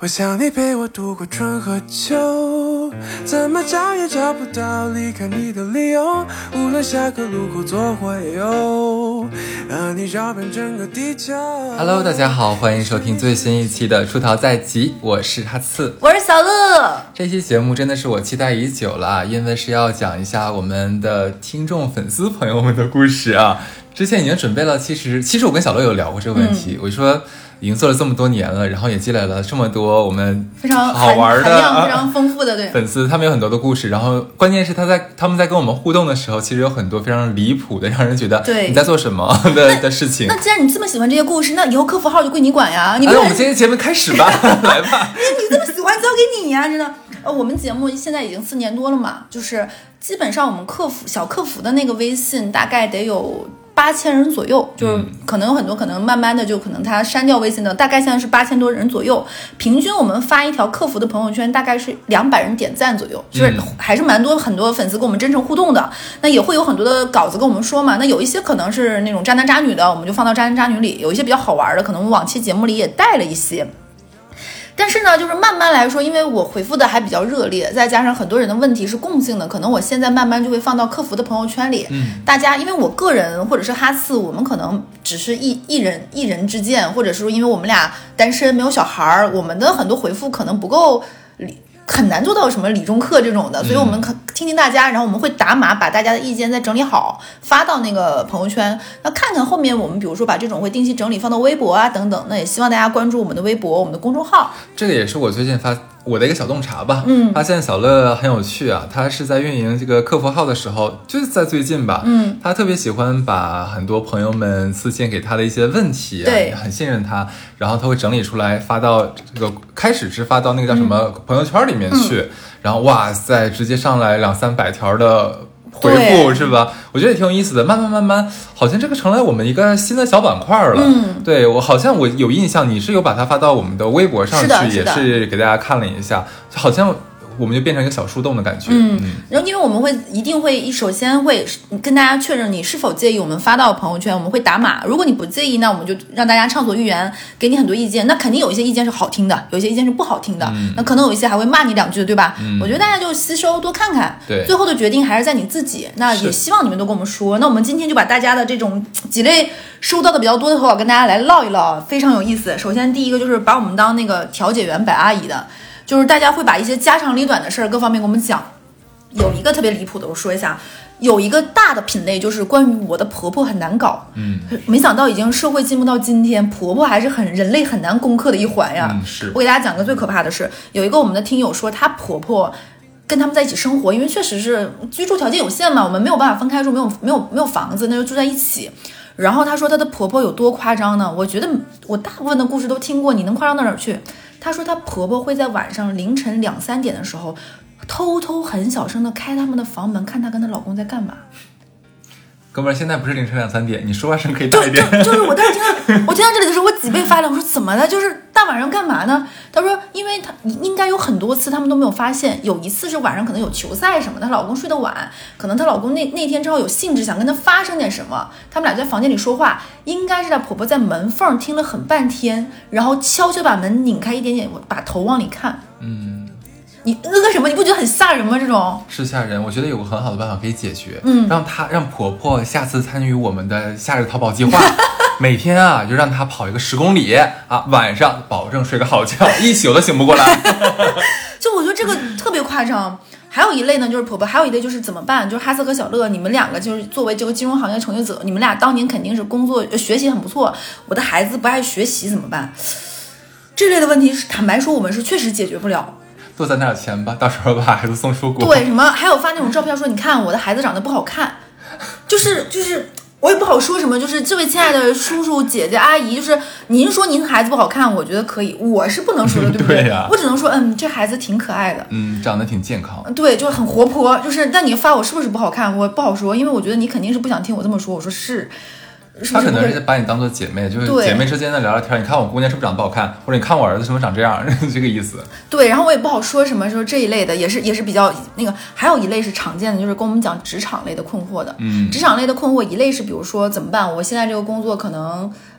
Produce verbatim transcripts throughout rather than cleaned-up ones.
我想你陪我度过春和秋，怎么找也找不到离开你的理由，无论下个路口做会有和你绕遍整个地球。 Hello， 大家好，欢迎收听最新一期的出逃在即，我是哈刺， 我是小乐。 这期节目真的是我期待已久了，因为是要讲一下我们的听众粉丝朋友们的故事啊。之前已经准备了，其实其实我跟小乐有聊过这个问题，嗯、我说已经做了这么多年了，然后也积累了这么多我们非常好玩的、 含量非常丰富的对粉丝，他们有很多的故事。然后关键是他在他们在跟我们互动的时候，其实有很多非常离谱的，让人觉得你在做什么的的事情。 那既然你这么喜欢这些故事，那以后客服号就归你管呀。你不、 哎、我们今天节目开始吧，来吧。 你这么喜欢交给你呀，真的。呃，我们节目现在已经四年多了嘛，就是基本上我们客服小客服的那个微信大概得有八千人左右，就是可能有很多可能慢慢的就可能他删掉微信的，大概现在是八千多人左右。平均我们发一条客服的朋友圈大概是两百人点赞左右，就是还是蛮多很多粉丝跟我们真诚互动的。那也会有很多的稿子跟我们说嘛，那有一些可能是那种渣男渣女的，我们就放到渣男渣女里；有一些比较好玩的，可能我们往期节目里也带了一些。但是呢，就是慢慢来说，因为我回复的还比较热烈，再加上很多人的问题是共性的，可能我现在慢慢就会放到客服的朋友圈里。嗯，大家因为我个人或者是哈刺，我们可能只是一一人一人之见，或者是说因为我们俩单身没有小孩，我们的很多回复可能不够理。很难做到什么理中客这种的，所以我们听听大家，然后我们会打码，把大家的意见再整理好，发到那个朋友圈。那看看后面我们比如说把这种会定期整理放到微博啊等等，那也希望大家关注我们的微博、我们的公众号。 这个也是我最近发我的一个小洞察吧， 嗯， 发现小乐很有趣啊，他是在运营这个客服号的时候，就是在最近吧， 嗯， 他特别喜欢把很多朋友们私信给他的一些问题、啊， 对， 很信任他，然后他会整理出来发到这个开始是发到那个叫什么朋友圈里面去，嗯、然后哇塞，直接上来两三百条的回复是吧？我觉得也挺有意思的。慢慢慢慢，好像这个成了我们一个新的小板块了。 嗯，对， 我好像我有印象，你是有把它发到我们的微博上去，也是给大家看了一下，好像我们就变成一个小树洞的感觉。 嗯，然后因为我们会一定会首先会跟大家确认你是否介意我们发到朋友圈，我们会打码。如果你不介意，那我们就让大家畅所欲言，给你很多意见。那肯定有一些意见是好听的，有一些意见是不好听的。嗯、那可能有一些还会骂你两句，对吧？嗯、我觉得大家就吸收多看看， 对， 最后的决定还是在你自己。那也希望你们都跟我们说。那我们今天就把大家的这种几类收到的比较多的投稿跟大家来唠一唠，非常有意思。首先第一个就是把我们当那个调解员白阿姨的。就是大家会把一些家长里短的事儿各方面跟我们讲。有一个特别离谱的，我说一下，有一个大的品类就是关于我的婆婆很难搞。嗯，没想到已经社会进步到今天，婆婆还是很人类很难攻克的一环呀。 嗯，是。 我给大家讲个最可怕的是，有一个我们的听友说，她婆婆跟他们在一起生活，因为确实是居住条件有限嘛，我们没有办法分开住，没有没有没有房子，那就住在一起。然后她说她的婆婆有多夸张呢？我觉得我大部分的故事都听过，你能夸张到哪儿去？她说她婆婆会在晚上凌晨两三点的时候，偷偷很小声的开他们的房门，看她跟她老公在干嘛。 哥们儿，现在不是凌晨两三点，你说话声可以大一点。 就就就是我当时听到，我听到这里的时候，我脊背发凉。我说怎么了？就是大晚上干嘛呢？他说，因为他应该有很多次他们都没有发现，有一次是晚上可能有球赛什么的，她老公睡得晚，可能她老公那那天正好有兴致想跟她发生点什么，他们俩在房间里说话，应该是她婆婆在门缝听了很半天，然后悄悄把门拧开一点点，把头往里看。嗯。你那个什么，你不觉得很吓人吗？这种是吓人，我觉得有个很好的办法可以解决，嗯，让她让婆婆下次参与我们的夏日淘宝计划，每天啊就让她跑一个十公里啊，晚上保证睡个好觉，一宿都醒不过来。 就我觉得这个特别夸张。还有一类呢，就是婆婆；还有一类就是怎么办？就是哈斯和小乐，你们两个就是作为这个金融行业从业者，你们俩当年肯定是工作学习很不错，我的孩子不爱学习怎么办？这类的问题是坦白说，我们是确实解决不了。 多攒点钱吧，到时候把孩子送出国。 对，什么还有发那种照片说，你看我的孩子长得不好看，就是就是我也不好说什么，就是这位亲爱的叔叔姐姐阿姨，就是您说您孩子不好看，我觉得可以，我是不能说的，对不对？ 对呀、啊， 我只能说，嗯，这孩子挺可爱的， 嗯，长得挺健康， 对，就很活泼，就是但你发我是不是不好看，我不好说，因为我觉得你肯定是不想听我这么说，我说是。 他可能是把你当做姐妹，就是姐妹之间的聊聊天。你看我姑娘是不是长得不好看，或者你看我儿子是不是长这样，这个意思。 对，然后我也不好说什么，说这一类的也是也是比较那个。还有一类是常见的，就是跟我们讲职场类的困惑的。嗯，职场类的困惑，一类是比如说怎么办？我现在这个工作可能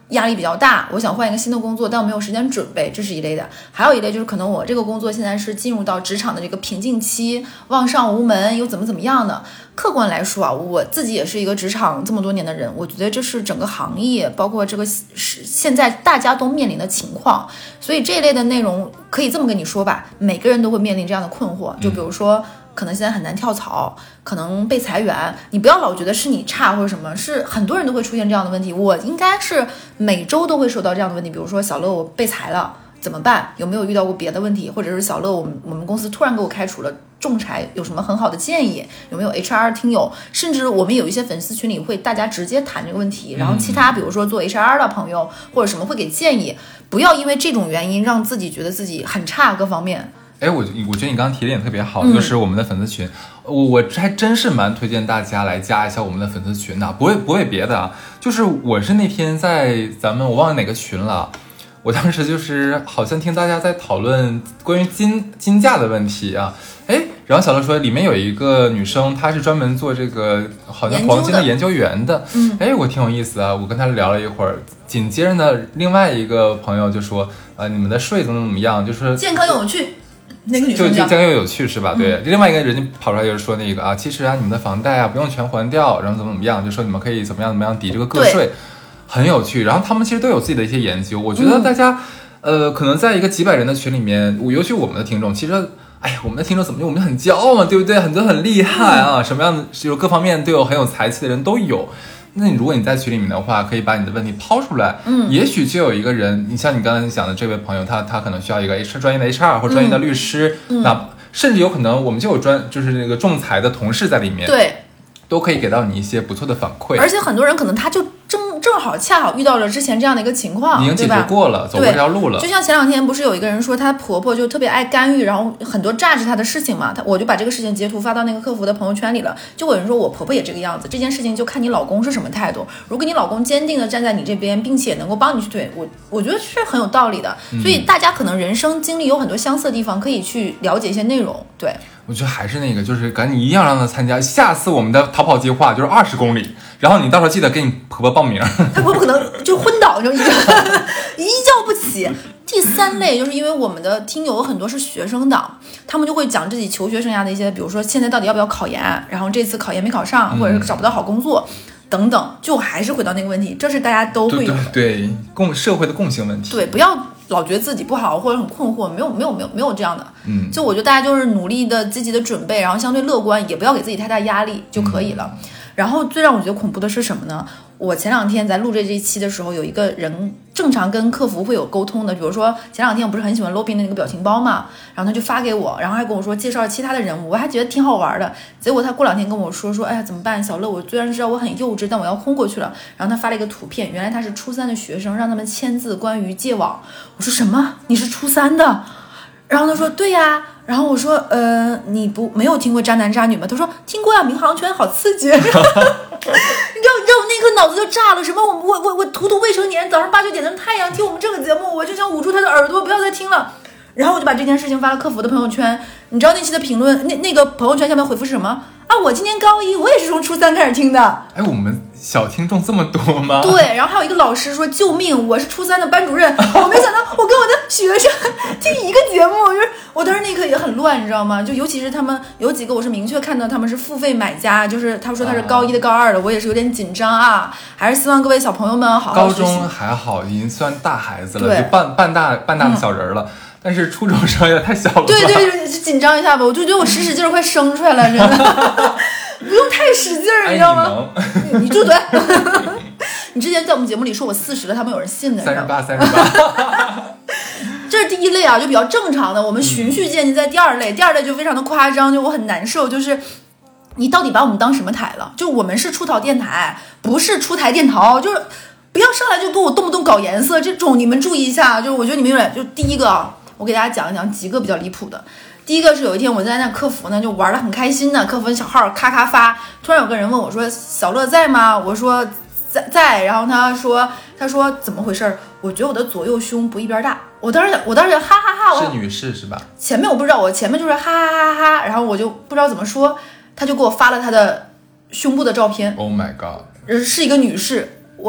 压力比较大，我想换一个新的工作，但我没有时间准备，这是一类的。还有一类就是可能我这个工作现在是进入到职场的这个瓶颈期，望上无门，又怎么怎么样的。客观来说啊，我自己也是一个职场这么多年的人，我觉得这是整个行业，包括这个是现在大家都面临的情况。所以这一类的内容可以这么跟你说吧，每个人都会面临这样的困惑。就比如说，可能现在很难跳槽，可能被裁员，你不要老觉得是你差或者什么，是很多人都会出现这样的问题。我应该是每周都会收到这样的问题，比如说小乐我被裁了怎么办？有没有遇到过别的问题？或者是小乐我们我们公司突然给我开除了仲裁，有什么很好的建议？有没有 H R 听友？甚至我们有一些粉丝群里会大家直接谈这个问题，然后其他比如说做 H R 的朋友或者什么会给建议，不要因为这种原因让自己觉得自己很差各方面。 哎，我我觉得你刚刚提的也特别好，就是我们的粉丝群，我我还真是蛮推荐大家来加一下我们的粉丝群的，不会不会别的啊，就是我是那天在咱们我忘了哪个群了，我当时就是好像听大家在讨论关于金金价的问题啊，哎，然后小乐说里面有一个女生，她是专门做这个好像黄金的研究员的，嗯，哎，我挺有意思啊，我跟她聊了一会儿，紧接着呢，另外一个朋友就说，呃，你们的税怎么怎么样，就是健康有趣。那个女生就就将又有趣是吧？对，嗯、另外一个人家跑出来就是说那个啊，其实啊，你们的房贷啊不用全还掉，然后怎么怎么样，就说你们可以怎么样怎么样抵这个个税，很有趣。然后他们其实都有自己的一些研究，我觉得大家、嗯、呃，可能在一个几百人的群里面，尤其我们的听众，其实哎呀，我们的听众怎么就我们很骄傲嘛，对不对？很多很厉害啊，嗯、什么样的就是各方面都有很有才气的人都有。那你如果你在群里面的话，可以把你的问题抛出来，嗯，也许就有一个人，你像你刚才讲的这位朋友，他他可能需要一个 H 专业的 H R 或专业的律师，嗯，那甚至有可能我们就有专就是那个仲裁的同事在里面， 对， 都可以给到你一些不错的反馈。 而且很多人可能他就正正好恰好遇到了之前这样的一个情况， 已经解决过了，走过这条路了。 就像前两天不是有一个人说她婆婆就特别爱干预，然后很多榨制她的事情嘛，她我就把这个事情截图发到那个客服的朋友圈里了。就有人说我婆婆也这个样子，这件事情就看你老公是什么态度。如果你老公坚定的站在你这边，并且能够帮你去推，我我觉得是很有道理的。所以大家可能人生经历有很多相似的地方，可以去了解一些内容。对， 我觉得还是那个，就是赶紧一样让她参加下次我们的逃跑计划，就是二十公里。然后你到时候记得给你婆婆报名， 她婆婆可能就昏倒就一一觉不起。第三类就是因为我们的听友很多是学生党，他们就会讲自己求学生涯的一些，比如说现在到底要不要考研，然后这次考研没考上，或者是找不到好工作、嗯、等等，就还是回到那个问题，这是大家都会有的， 对对对，共社会的共性问题。 对，不要老觉得自己不好或者很困惑，没有没有没有没有这样的。嗯，就我觉得大家就是努力的积极的准备，然后相对乐观，也不要给自己太大压力就可以了。嗯，然后最让我觉得恐怖的是什么呢？我前两天在录这这一期的时候，有一个人正常跟客服会有沟通的，比如说前两天我不是很喜欢 Lobby 的那个表情包嘛，然后他就发给我，然后还跟我说介绍其他的人物，我还觉得挺好玩的。结果他过两天跟我说说，哎呀怎么办？小乐，我虽然知道我很幼稚，但我要昏过去了。然后他发了一个图片，原来他是初三的学生，让他们签字关于戒网。我说什么？你是初三的？然后他说对呀。然后我说呃你不没有听过渣男渣女吗？他说听过呀，民航圈好刺激。你知道你知道我那颗脑子就炸了，什么我我我我图图未成年早上八九点的太阳听我们这个节目，我就想捂住他的耳朵不要再听了。然后我就把这件事情发了客服的朋友圈，你知道那期的评论那那个朋友圈下面回复是什么啊？我今年高一，我也是从初三开始听的。 哎，我们小听众这么多吗？ 对，然后还有一个老师说救命，我是初三的班主任，我没想到我跟我的学生听一个节目，就是我当时那一刻也很乱，你知道吗？就尤其是他们有几个我是明确看到他们是付费买家，就是他说他是高一的高二的，我也是有点紧张啊，还是希望各位小朋友们好好学习。 高中还好，已经算大孩子了，就半半大半大的小人了。嗯，但是初中生也太小了吧？ 对对对，紧张一下吧，我就觉得我使使劲儿快生出来了，真的不用太使劲儿，你知道吗？你, 你住嘴！你之前在我们节目里说我四十了，他们有人信的。 三十八，三十八。 这是第一类啊，就比较正常的。我们循序渐进，在第二类，第二类就非常的夸张，就我很难受，就是你到底把我们当什么台了？就我们是出逃电台，不是出台电逃，就是不要上来就跟我动不动搞颜色，这种你们注意一下。就是我觉得你们有点，就第一个啊。我给大家讲一讲几个比较离谱的。第一个是有一天我在那客服呢，就玩得很开心呢，客服小号咔咔发，突然有个人问我说小乐在吗？我说在在，然后他说他说怎么回事？我觉得我的左右胸不一边大。我当时我当时哈哈哈， 是女士是吧？前面我不知道，我前面就是哈哈哈哈，然后我就不知道怎么说，他就给我发了他的胸部的照片。 Oh my god， 是一个女士。我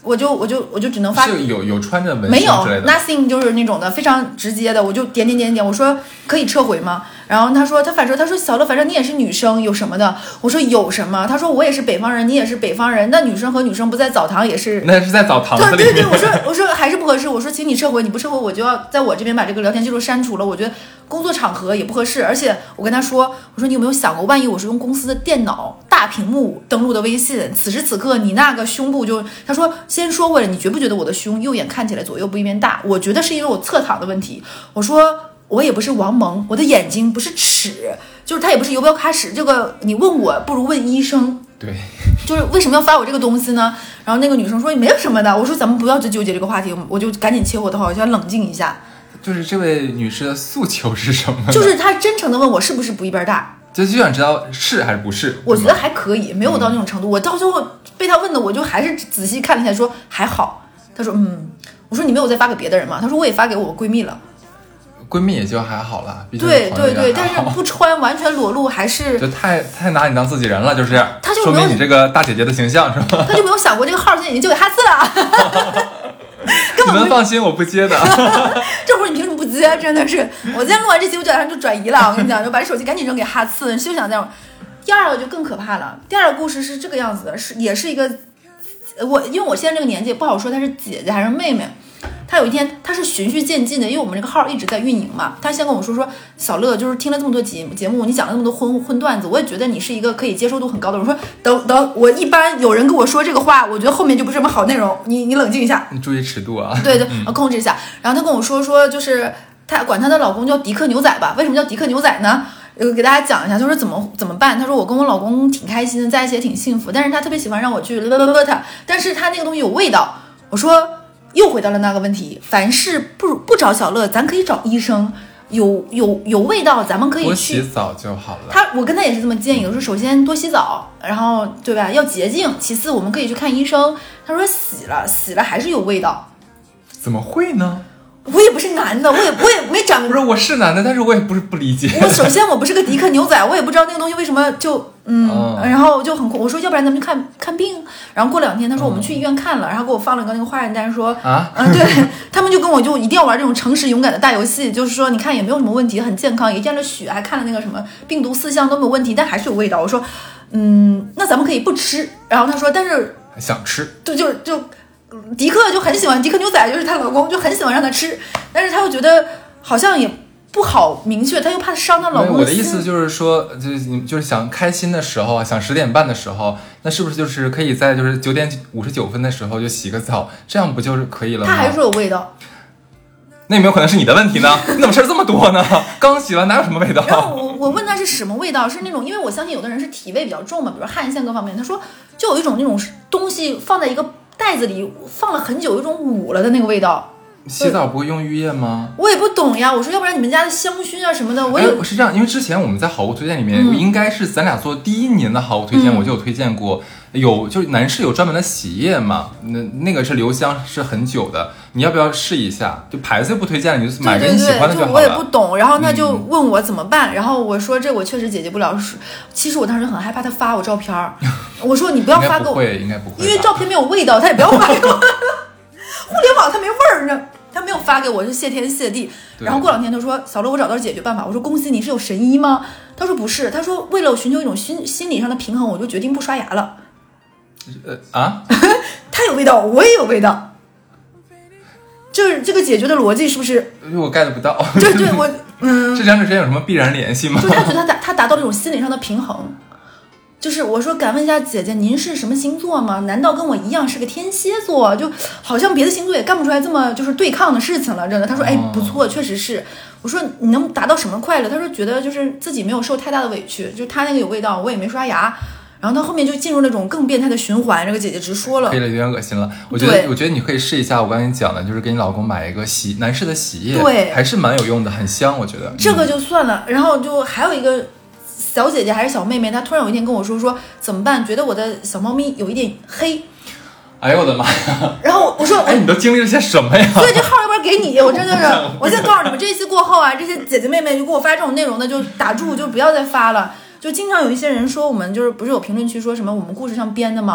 我就我就我就只能发是有有穿着纹没有身之类的 nothing 就是那种的非常直接的，我就点点点点，我说可以撤回吗？然后他说他反正他说小乐，反正你也是女生，有什么的？我说有什么？他说我也是北方人，你也是北方人，那女生和女生不在澡堂也是？ 那是在澡堂子里面。 对对对，我说我说还是不合适，我说请你撤回，你不撤回我就要在我这边把这个聊天记录删除了。我觉得工作场合也不合适，而且我跟他说，我说你有没有想过，万一我是用公司的电脑大屏幕登录的微信，此时此刻你那个胸部就，他说先说回来，你觉不觉得我的胸右眼看起来左右不一边大？我觉得是因为我侧躺的问题。我说。我也不是王蒙，我的眼睛不是尺，就是它也不是游标卡尺。这个你问我，不如问医生。 对， 就是为什么要发我这个东西呢？然后那个女生说没有什么的。我说咱们不要去纠结这个话题，我就赶紧切回头，我就要冷静一下。 就是这位女士的诉求是什么？ 就是她真诚的问我是不是不一边大， 就就想知道是还是不是。 我觉得还可以，没有到那种程度。嗯、我到最后被她问的，我就还是仔细看了一下，说还好。她说嗯，我说你没有再发给别的人吗？她说我也发给我闺蜜了。 闺蜜也就还好了， 对对对，但是不穿完全裸露还是就太太拿你当自己人了，就是他就说明你这个大姐姐的形象是吧？ 他就没有想过这个号现在已经就给哈斯了。 你们放心，我不接的。 这会儿你凭什么不接？真的是，我今天录完这期，我就马上就转移了。我跟你讲，就把这手机赶紧扔给哈斯，休想再用。第二个就更可怕了。第二个故事是这个样子的，是也是一个我，因为我现在这个年纪不好说她是姐姐还是妹妹。他有一天，他是循序渐进的，因为我们这个号一直在运营嘛。他先跟我说说，小乐就是听了这么多节节目，你讲了那么多荤荤段子，我也觉得你是一个可以接受度很高的。我说等等，我一般有人跟我说这个话，我觉得后面就不是什么好内容。你你冷静一下， 你注意尺度啊。 对对，嗯、控制一下。然后他跟我说说，就是他管他的老公叫迪克牛仔吧？为什么叫迪克牛仔呢？呃，给大家讲一下，他说怎么怎么办？他说我跟我老公挺开心的，在一起也挺幸福，但是他特别喜欢让我去勒勒勒他，但是他那个东西有味道。我说。又回到了那个问题，凡事不不找小乐，咱可以找医生，有有有味道，咱们可以去多洗澡就好了。 他我跟他也是这么建议，我说首先多洗澡，然后对吧，要洁净，其次我们可以去看医生。他说洗了洗了还是有味道， 怎么会呢？ 我也不是男的，我也我也没长。 不是，我是男的，但是我也不是不理解。 我首先我不是个迪克牛仔，我也不知道那个东西为什么就嗯，哦、然后就很我说要不然咱们去看看病。然后过两天他说我们去医院看了，嗯、然后给我放了个那个化验单说啊， 嗯，对他们就跟我就一定要玩这种诚实勇敢的大游戏，就是说你看也没有什么问题，很健康，也验了血，还看了那个什么病毒四项都没有问题，但还是有味道。我说嗯，那咱们可以不吃。然后他说但是想吃， 就就就。迪克就很喜欢，迪克牛仔就是她老公，就很喜欢让她吃，但是她又觉得好像也不好明确，她又怕伤她老公的心。 我的意思就是说，就是你就是想开心的时候，想十点半的时候，那是不是就是可以在就是九点五十九分的时候就洗个澡，这样不就是可以了吗？ 她还是有味道。 那有没有可能是你的问题呢？你怎么事儿这么多呢？刚洗完哪有什么味道？ 然后我我问他是什么味道，是那种因为我相信有的人是体味比较重嘛，比如汗腺各方面，他说就有一种那种东西放在一个袋子里放了很久，有一种捂了的那个味道。 洗澡不会用浴液吗？ 我也不懂呀。我说要不然你们家的香薰啊什么的，我有、 哎、是这样，因为之前我们在好物推荐里面，嗯、应该是咱俩做第一年的好物推荐，嗯、我就有推荐过，有就是男士有专门的洗液嘛，那那个是留香是很久的，你要不要试一下？就牌子不推荐了，你就买个你喜欢的就好了。 对对对，就我也不懂，然后他就问我怎么办，嗯、然后我说这我确实解决不了。其实我当时很害怕他发我照片，我说你不要发给我， 应该不会，应该不会， 因为照片没有味道，他也不要发给我。互联网它没味儿呢。他没有发给我，就谢天谢地。然后过两天他说小乐我找到解决办法。我说恭喜你，是有神医吗？他说不是，他说为了寻求一种心心理上的平衡，我就决定不刷牙了。 呃啊， 他有味道，我也有味道，就是这个解决的逻辑是不是？ 我 get 不到。 对对，我嗯， 这两者之间有什么必然联系吗？ 就他觉得他达他达到了一种心理上的平衡。就是我说敢问一下姐姐您是什么星座吗？难道跟我一样是个天蝎座？就好像别的星座也干不出来这么就是对抗的事情了，真的。他说哎不错，确实是。我说你能达到什么快乐？他说觉得就是自己没有受太大的委屈，就他那个有味道，我也没刷牙。然后他后面就进入那种更变态的循环，这个姐姐直说了， 可以了，有点恶心了。我觉得，我觉得你可以试一下我刚才讲的，就是给你老公买一个洗男士的洗液， 对， 还是蛮有用的，很香，我觉得。 这个就算了，然后就还有一个小姐姐还是小妹妹，她突然有一天跟我说说怎么办？觉得我的小猫咪有一点黑。 哎呦我的妈呀！ 然后我说， 哎，你都经历了些什么呀？ 所以这号要不然给你，我真的是，我现在告诉你们，这一期过后啊，这些姐姐妹妹就给我发这种内容的就打住，就不要再发了。就经常有一些人说我们就是不是有评论区说什么我们故事上编的吗？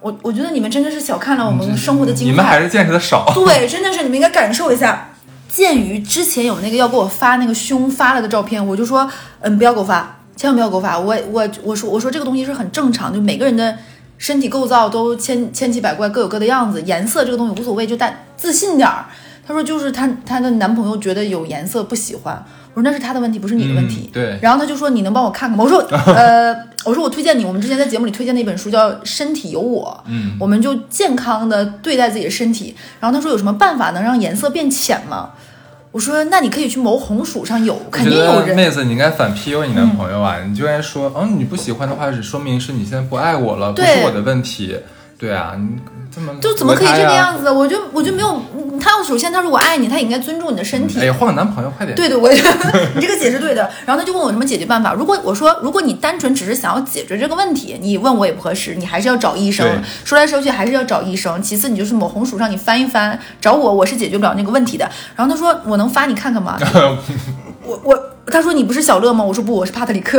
我我觉得你们真的是小看了我们生活的精彩， 你们还是见识的少。 对，真的是你们应该感受一下。鉴于之前有那个要给我发那个胸发了的照片，我就说，嗯，不要给我发，千万不要给我发。我我我说我说这个东西是很正常，就每个人的身体构造都千千奇百怪，各有各的样子，颜色这个东西无所谓，就但自信点儿。他说就是她她的男朋友觉得有颜色不喜欢。我说那是他的问题，不是你的问题。 嗯、对。 然后他就说你能帮我看看吗？我说呃，我说我推荐你，我们之前在节目里推荐的一本书叫《身体有我》， 嗯， 我们就健康的对待自己的身体。然后他说有什么办法能让颜色变浅吗？我说那你可以去某红薯上有，肯定有人。 妹子，你应该反 P U A 你男朋友啊，嗯、你就应该说，嗯，你不喜欢的话，只说明是你现在不爱我了，不是我的问题。对啊，你这么就怎么可以这个样子？我就我就没有他。首先他说我爱你，他也应该尊重你的身体。 哎，换个男朋友快点。 对对，我你这个解释对的。然后他就问我什么解决办法。如果我说如果你单纯只是想要解决这个问题，你问我也不合适，你还是要找医生。说来说去还是要找医生。其次你就是某红薯上你翻一翻，找我我是解决不了那个问题的。然后他说我能发你看看吗？我我他说你不是小乐吗？我说不，我是帕特里克。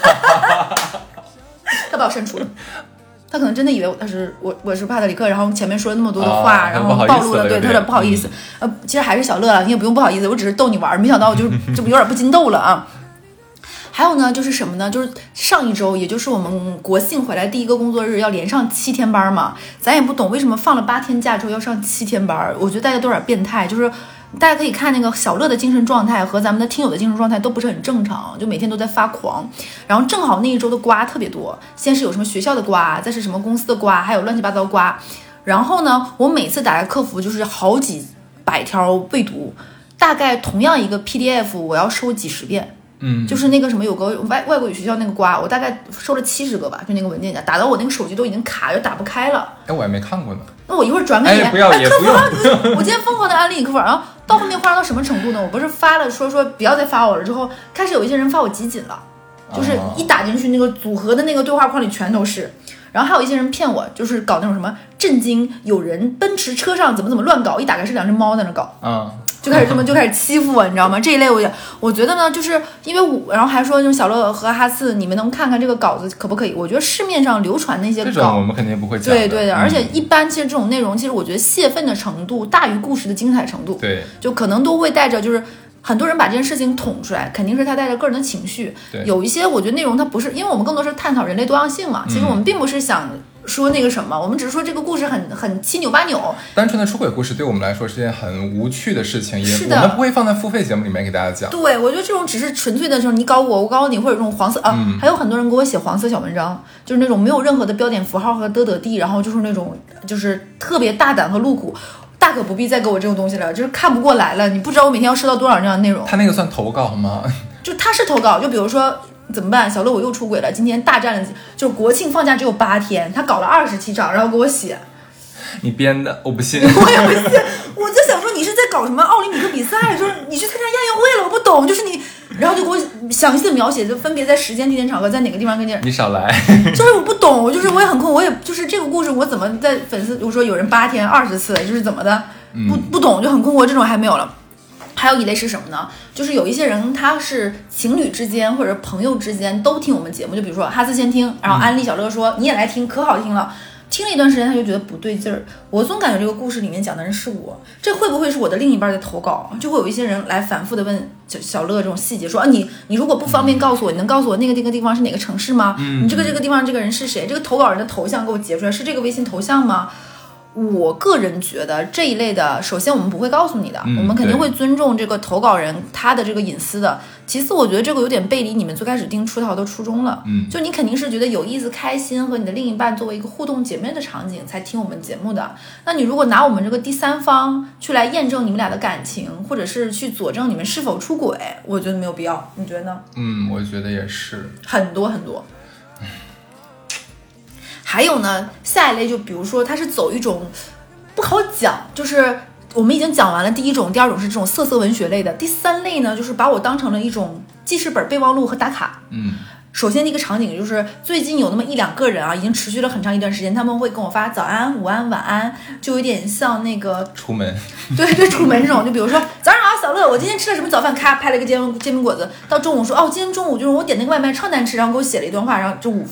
他把我删除了。他可能真的以为他是我，我是帕特里克，然后前面说了那么多的话， 哦、 然后暴露了，对， 对他有点不好意思。 嗯、 呃，其实还是小乐了，你也不用不好意思，我只是逗你玩，没想到我就这不有点不禁逗了啊。还有呢，就是什么呢？就是上一周，也就是我们国庆回来第一个工作日，要连上七天班嘛，咱也不懂为什么放了八天假之后要上七天班，我觉得大家都有点变态，就是。大家可以看那个小乐的精神状态和咱们的听友的精神状态都不是很正常，就每天都在发狂。然后正好那一周的瓜特别多，先是有什么学校的瓜，再是什么公司的瓜，还有乱七八糟瓜。然后呢，我每次打开客服就是好几百条未读，大概同样一个 P D F 我要收几十遍。 嗯， 就是那个什么有个外外国语学校那个瓜，我大概收了七十个吧，就那个文件夹打到我那个手机都已经卡就打不开了。 哎，我也没看过呢。 那我一会儿转给你。 哎，不要， 哎， 也不客服用。 我今天疯狂的安利你客服，然后到后面夸张到什么程度呢？我不是发了说说不要再发我了之后，开始有一些人发我集锦了，就是一打进去那个组合的那个对话框里全都是。然后还有一些人骗我，就是搞那种什么震惊，有人奔驰车上怎么怎么乱搞，一打开是两只猫在那搞。 嗯。 就开始这么就开始欺负我，你知道吗？这一类我也我觉得呢，就是因为我，然后还说就是小乐和哈次，你们能看看这个稿子可不可以？我觉得市面上流传那些稿， 这种我们肯定不会讲的。 对对的， 嗯、 而且一般其实这种内容，其实我觉得泄愤的程度大于故事的精彩程度。 对， 就可能都会带着就是。很多人把这件事情捅出来，肯定是他带着个人的情绪。有一些我觉得内容它不是，因为我们更多是探讨人类多样性嘛。其实我们并不是想说那个什么，嗯、我们只是说这个故事很很七扭八扭。 单纯的出轨故事对我们来说是件很无趣的事情，也是的， 我们不会放在付费节目里面给大家讲。 对，我觉得这种只是纯粹的，就是你搞我，我搞你，或者这种黄色啊、嗯，还有很多人给我写黄色小文章，就是那种没有任何的标点符号和嘚嘚地，然后就是那种就是特别大胆和露骨。大可不必再给我这种东西了，就是看不过来了。你不知道我每天要收到多少这样的内容。 他那个算投稿吗？ 就他是投稿，就比如说怎么办？小乐我又出轨了，今天大战了，就是国庆放假只有八天，他搞了二十七场，然后给我写。 你编的，我不信。 我也不信，我就想说你是在搞什么奥林匹克比赛，就是你去参加亚运会了，我不懂，就是你，然后就给我详细的描写，就分别在时间、地点、场合，在哪个地方跟你。 你少来， 就是我不懂，我就是我也很困，我也就是这个故事我怎么在粉丝，我说有人八天二十次，就是怎么的，不不懂就很困惑，这种还没有了。还有一类是什么呢？就是有一些人他是情侣之间或者朋友之间都听我们节目，就比如说哈斯先听，然后安利小乐说、嗯、你也来听，可好听了。听了一段时间他就觉得不对劲儿，我总感觉这个故事里面讲的人是我，这会不会是我的另一半在投稿？就会有一些人来反复的问小小乐这种细节，说啊你你如果不方便告诉我，你能告诉我那个那个地方是哪个城市吗？ 嗯、 你这个这个地方这个人是谁？这个投稿人的头像给我截出来是这个微信头像吗？我个人觉得这一类的，首先我们不会告诉你的、嗯、我们肯定会尊重这个投稿人他的这个隐私的。其次我觉得这个有点背离你们最开始定出逃的初衷了、嗯、就你肯定是觉得有意思开心和你的另一半作为一个互动姐妹的场景才听我们节目的。那你如果拿我们这个第三方去来验证你们俩的感情，或者是去佐证你们是否出轨，我觉得没有必要，你觉得呢？ 嗯，我觉得也是， 很多很多。还有呢，下一类就比如说它是走一种不好讲，就是我们已经讲完了第一种，第二种是这种色色文学类的，第三类呢就是把我当成了一种记事本、备忘录和打卡。 嗯， 首先第一个场景就是最近有那么一两个人啊，已经持续了很长一段时间，他们会跟我发早安、午安、晚安，就有点像那个出门， 对对，出门这种。就比如说早上好，小乐，我今天吃了什么早饭？咔，拍了一个煎煎饼果子。到中午说哦，今天中午就是我点那个外卖超难吃，然后给我写了一段话，然后就午饭。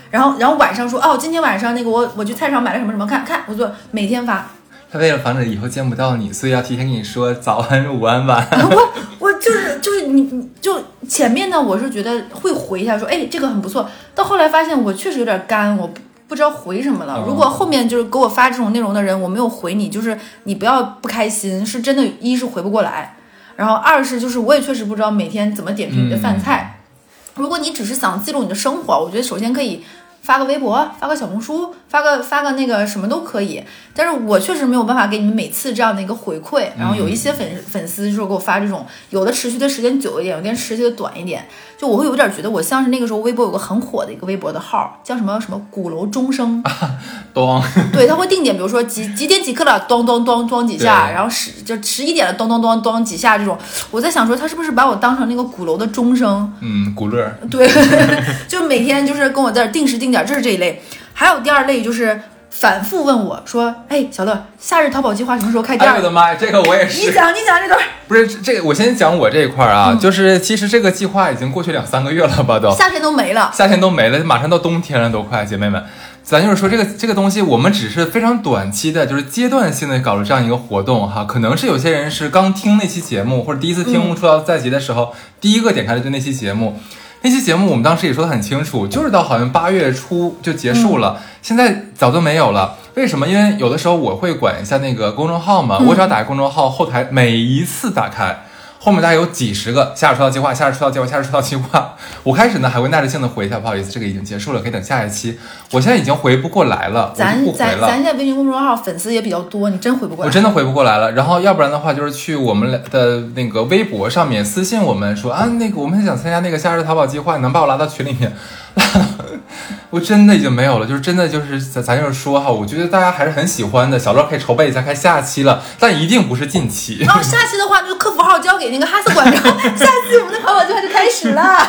然后然后晚上说哦，今天晚上那个我我去菜市场买了什么什么，看看我就每天发。 他为了防止以后见不到你，所以要提前跟你说早安、午安、晚安。 我我就是就是你你就前面呢，我是觉得会回一下说，哎，这个很不错。到后来发现我确实有点干，我不不知道回什么了。如果后面就是给我发这种内容的人，我没有回你，就是你不要不开心，是真的，一是回不过来，然后二是就是我也确实不知道每天怎么点评你的饭菜。嗯、如果你只是想记录你的生活，我觉得首先可以。发个微博，发个小红书，发个发个那个什么都可以，但是我确实没有办法给你们每次这样的一个回馈。然后有一些粉、嗯、粉丝就是给我发这种，有的持续的时间久一点，有的持续的短一点，就我会有点觉得我像是那个时候微博有个很火的一个微博的号，叫什么什么鼓楼钟声， 咚， 对，他会定点，比如说几几点几刻了，咚咚咚咚几下，然后十就十一点了，咚咚咚咚几下这种。我在想说他是不是把我当成那个鼓楼的钟声， 嗯，鼓乐， 对，就每天就是跟我在这定时定点，这是这一类。还有第二类就是反复问我说，哎，小乐，夏日淘宝计划什么时候开店？ 哎，我的妈呀，这个我也是。 你讲，你讲这段。 不是这个，我先讲我这一块啊，嗯、就是其实这个计划已经过去两三个月了吧，都夏天都没了， 夏天都没了，马上到冬天了，都快，姐妹们。咱就是说这个这个东西，我们只是非常短期的，就是阶段性的搞了这样一个活动哈。可能是有些人是刚听那期节目，或者第一次听出道在即的时候，嗯、第一个点开的就那期节目。那期节目我们当时也说得很清楚，就是到好像八月初就结束了，嗯、现在早就没有了。为什么？因为有的时候我会管一下那个公众号嘛，嗯、我只要打开公众号后台，每一次打开。后面大概有几十个夏日出道计划，夏日出道计划，夏日出道计划。我开始呢还会耐着性子回一下，不好意思，这个已经结束了，可以等下一期。我现在已经回不过来了， 咱我就不回了。 咱咱现在微信公众号粉丝也比较多，你真回不过来。 我真的回不过来了。然后要不然的话，就是去我们的那个微博上面私信我们说啊，那个我们想参加那个夏日淘宝计划，你能把我拉到群里面？我真的已经没有了，就是真的就是咱咱就是说哈，我觉得大家还是很喜欢的，小乐可以筹备一下开下期了，但一定不是近期。 然后下期的话，就客服号交给那个哈斯馆长，下期我们的淘宝计划就开始了。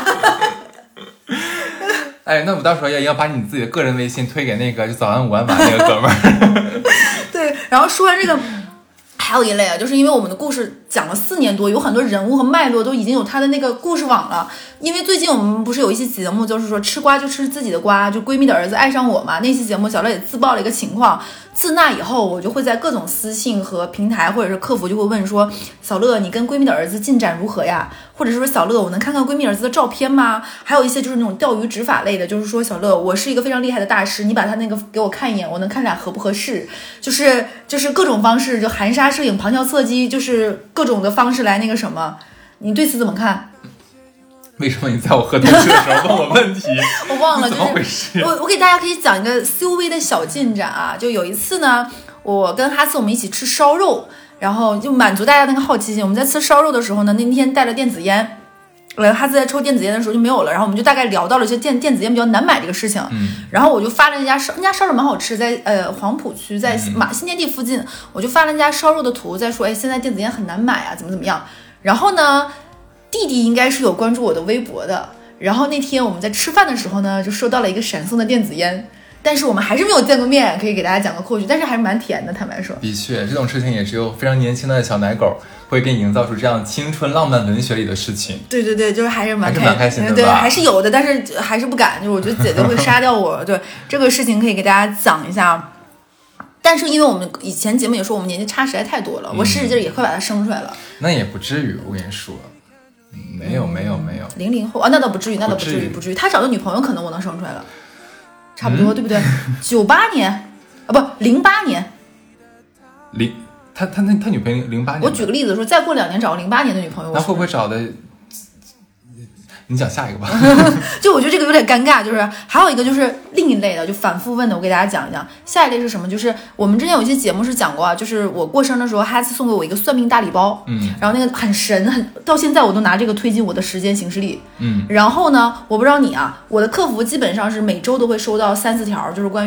哎，那我到时候也要把你自己的个人微信推给那个就早安午安晚那个哥们儿。 对，然后说完这个。还有一类啊，就是因为我们的故事讲了四年多，有很多人物和脉络都已经有他的那个故事网了。因为最近我们不是有一期节目，就是说吃瓜就吃自己的瓜，就闺蜜的儿子爱上我嘛。那期节目小乐也自曝了一个情况，自那以后我就会在各种私信和平台或者是客服就会问说，小乐你跟闺蜜的儿子进展如何呀？或者是说小乐我能看看闺蜜儿子的照片吗？还有一些就是那种钓鱼执法类的，就是说小乐我是一个非常厉害的大师，你把他那个给我看一眼，我能看俩合不合适，就是就是各种方式，就含沙射影旁敲侧击，就是各种的方式来那个什么，你对此怎么看？ 为什么你在我喝东西的时候问我问题？ 我忘了， 怎么回事？ 我我给大家可以讲一个 C U V 的小进展啊，就有一次呢，我跟哈斯我们一起吃烧肉，然后就满足大家那个好奇心。我们在吃烧肉的时候呢，那天带了电子烟，呃，哈斯在抽电子烟的时候就没有了，然后我们就大概聊到了一些电电子烟比较难买这个事情。嗯，然后我就发了那家烧，那家烧肉蛮好吃，在呃黄浦区，在马新天地附近，我就发了那家烧肉的图，在说，哎，现在电子烟很难买啊，怎么怎么样。然后呢，弟弟应该是有关注我的微博的，然后那天我们在吃饭的时候呢，就收到了一个闪送的电子烟，但是我们还是没有见过面，可以给大家讲个后续，但是还是蛮甜的，坦白说。 的确，这种事情也只有非常年轻的小奶狗会给你营造出这样青春浪漫文学里的事情。 对对对，就是还是蛮开还是蛮开心的吧， 对，还是有的，但是还是不敢，就是我觉得姐姐会杀掉我。对，这个事情可以给大家讲一下。但是因为我们以前节目也说我们年纪差实在太多了，嗯、我使使劲也快把它生出来了。 那也不至于，我跟你说。没有没有没有， 零零后啊，那倒不至于，那倒不至于，不至于。他找的女朋友可能我能生出来了，差不多，嗯、对不对？九八年啊，不，零八年。 零，他他那他女朋友零八年。 我举个例子说，再过两年找个零八年的女朋友， 那会不会找的？你讲下一个吧。 就我觉得这个有点尴尬，就是还有一个就是另一类的，就反复问的，我给大家讲一讲。下一类是什么？就是我们之前有一些节目是讲过啊，就是我过生的时候，哈斯送给我一个算命大礼包，嗯，然后那个很神，很到现在我都拿这个推进我的时间行事历，嗯。然后呢，我不知道你啊，我的客服基本上是每周都会收到三四条，就是关于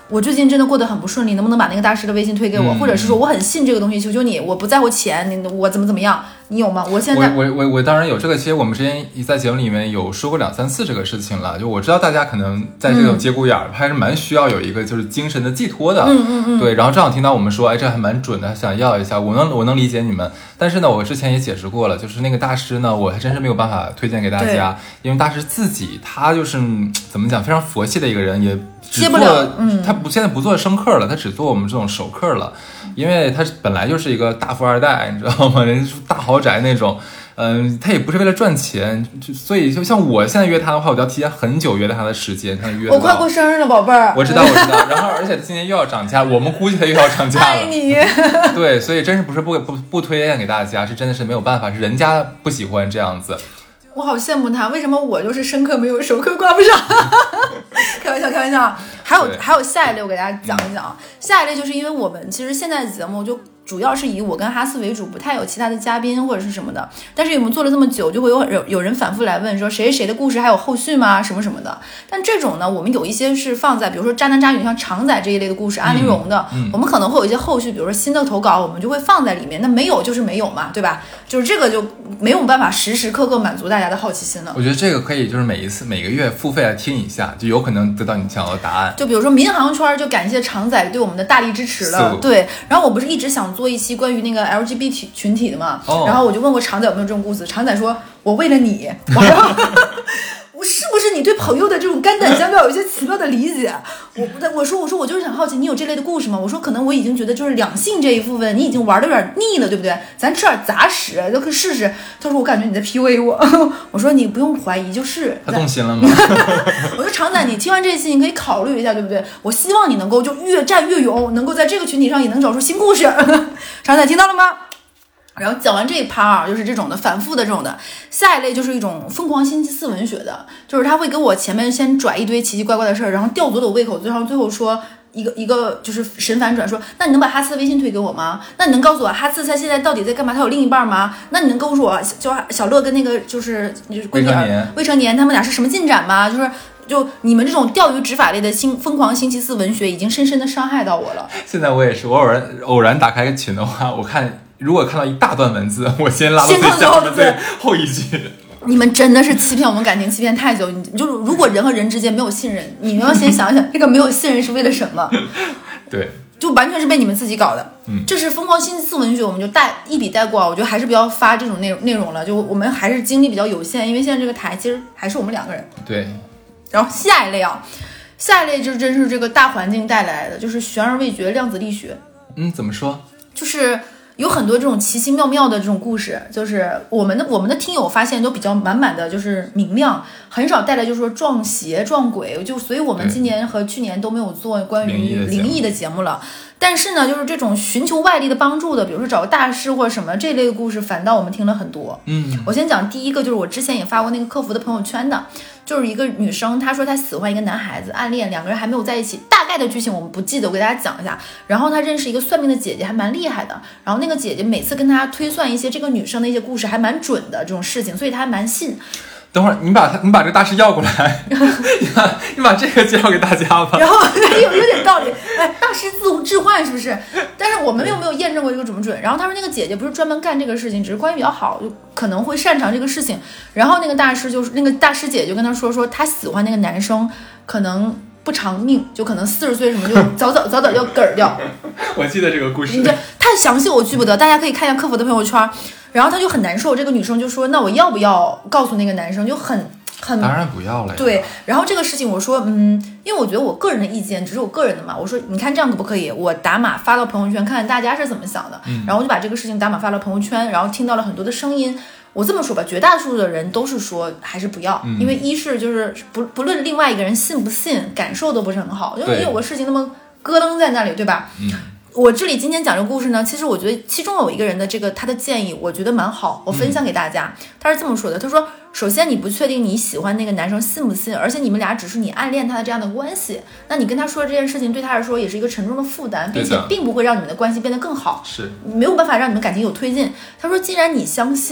我最近真的过得很不顺利，能不能把那个大师的微信推给我？ 嗯、 或者是说我很信这个东西，求求你，我不在乎钱，你我怎么怎么样？你有吗？我现在我我我我当然有这个，其实我们之前在节目里面有说过两三次这个事情了。就我知道大家可能在这种节骨眼儿、嗯、还是蛮需要有一个就是精神的寄托的， 嗯嗯嗯， 对。然后正好听到我们说，哎，这还蛮准的，想要一下，我能我能理解你们。但是呢，我之前也解释过了，就是那个大师呢，我还真是没有办法推荐给大家，因为大师自己他就是怎么讲，非常佛系的一个人，也只做接不了，嗯， 他不现在不做生客了，他只做我们这种熟客了，因为他本来就是一个大富二代，你知道吗？人家大豪宅那种。嗯，他也不是为了赚钱，所以就像我现在约他的话，我就要提前很久约他的时间，才能约得到。 我快过生日了，宝贝儿。 我知道，我知道。然后，而且今年又要涨价，我们估计他又要涨价了。 爱你。 对，所以真是不是不不不推荐给大家，是真的是没有办法，是人家不喜欢这样子。 我好羡慕他，为什么我就是生客没有熟客挂不上？开玩笑，开玩笑。还有还有下一类，我给大家讲一讲。嗯、下一类就是因为我们其实现在的节目就。主要是以我跟哈斯为主，不太有其他的嘉宾或者是什么的。但是我们做了这么久，就会有有有人反复来问说谁谁的故事还有后续吗？什么什么的。但这种呢，我们有一些是放在比如说渣男渣女像常仔这一类的故事，安陵容的、嗯嗯，我们可能会有一些后续，比如说新的投稿，我们就会放在里面。那没有就是没有嘛，对吧？就是这个就没有办法时时刻刻满足大家的好奇心了。 我觉得这个可以就是每一次每个月付费来听一下，就有可能得到你想要的答案。 就比如说民航圈，就感谢常仔对我们的大力支持了。对，然后我不是一直想做一期关于那个。L G B T 群体的嘛、哦，然后我就问过常仔有没有这种故事，常仔说我为了你，我我是不是你对朋友的这种肝胆相照有一些奇妙的理解？我我说我说我就是很好奇，你有这类的故事吗？我说可能我已经觉得就是两性这一部分你已经玩的有点腻了，对不对？咱吃点杂食都可以试试。他说我感觉你在 P U A 我，我说你不用怀疑，就是他动心了吗？ 我说常仔，你听完这期你可以考虑一下，对不对？我希望你能够就越战越勇，能够在这个群体上也能找出新故事。常仔听到了吗？然后讲完这一趴啊，就是这种的反复的这种的，下一类就是一种疯狂星期四文学的，就是他会给我前面先拽一堆奇奇怪怪的事儿，然后吊足了我胃口，最后最后说一个一个就是神反转，说那你能把哈斯的微信推给我吗？那你能告诉我哈斯他现在到底在干嘛？他有另一半吗？那你能告诉我就小乐跟那个就是就是闺女未成年他们俩是什么进展吗？就是就你们这种钓鱼执法类的星疯狂星期四文学已经深深的伤害到我了。 现在我也是，我偶然偶然打开群的话，我看如果看到一大段文字，我先拉到最下面最后一句。 你们真的是欺骗我们感情，欺骗太久。你就是如果人和人之间没有信任，你们要先想想这个没有信任是为了什么？ 对， 就完全是被你们自己搞的。 嗯， 这是疯狂星期四文学，我们就带一笔带过。我觉得还是不要发这种内容内容了，就我们还是精力比较有限，因为现在这个台其实还是我们两个人。 对。 然后下一类啊，下一类就真是这个大环境带来的，就是悬而未决量子力学。 嗯，怎么说？ 就是有很多这种奇奇妙妙的这种故事，就是我们的我们的听友发现都比较满满的就是明亮，很少带来就是说撞邪撞鬼，就所以我们今年和去年都没有做关于灵异的节目了。但是呢，就是这种寻求外力的帮助的，比如说找个大师或者什么这类的故事，反倒我们听了很多。 嗯， 我先讲第一个，就是我之前也发过那个客服的朋友圈的，就是一个女生，她说她喜欢一个男孩子，暗恋，两个人还没有在一起，大概的剧情我们不记得，我给大家讲一下。然后她认识一个算命的姐姐，还蛮厉害的。然后那个姐姐每次跟她推算一些这个女生的一些故事，还蛮准的这种事情，所以她还蛮信。 等会儿你把他，你把这个大师要过来，你把你把这个介绍给大家吧。 然后有有点道理，哎，大师自置换是不是？但是我们又没有验证过这个准不准。然后他说那个姐姐不是专门干这个事情，只是关系比较好，就可能会擅长这个事情。然后那个大师就是那个大师姐就跟他说说，他喜欢那个男生可能不长命，就可能四十岁什么就早早早早就嗝儿掉。 我记得这个故事， 太详细我记不得，大家可以看一下客服的朋友圈。然后他就很难受，这个女生就说那我要不要告诉那个男生，就很很当然不要了呀。 对，然后这个事情我说嗯，因为我觉得我个人的意见只是我个人的嘛，我说你看这样可不可以，我打码发到朋友圈看看大家是怎么想的、嗯、然后我就把这个事情打码发到朋友圈，然后听到了很多的声音。我这么说吧，绝大多数的人都是说还是不要、嗯、因为一是就是不不论另外一个人信不信，感受都不是很好，因为你有个事情那么咯楞在那里，对吧？ 嗯， 我这里今天讲这个故事呢，其实我觉得其中有一个人的这个他的建议我觉得蛮好，我分享给大家、嗯、他是这么说的，他说首先你不确定你喜欢那个男生信不信，而且你们俩只是你暗恋他的这样的关系，那你跟他说这件事情对他来说也是一个沉重的负担，并且并不会让你们的关系变得更好， 是没有办法让你们感情有推进。他说既然你相信，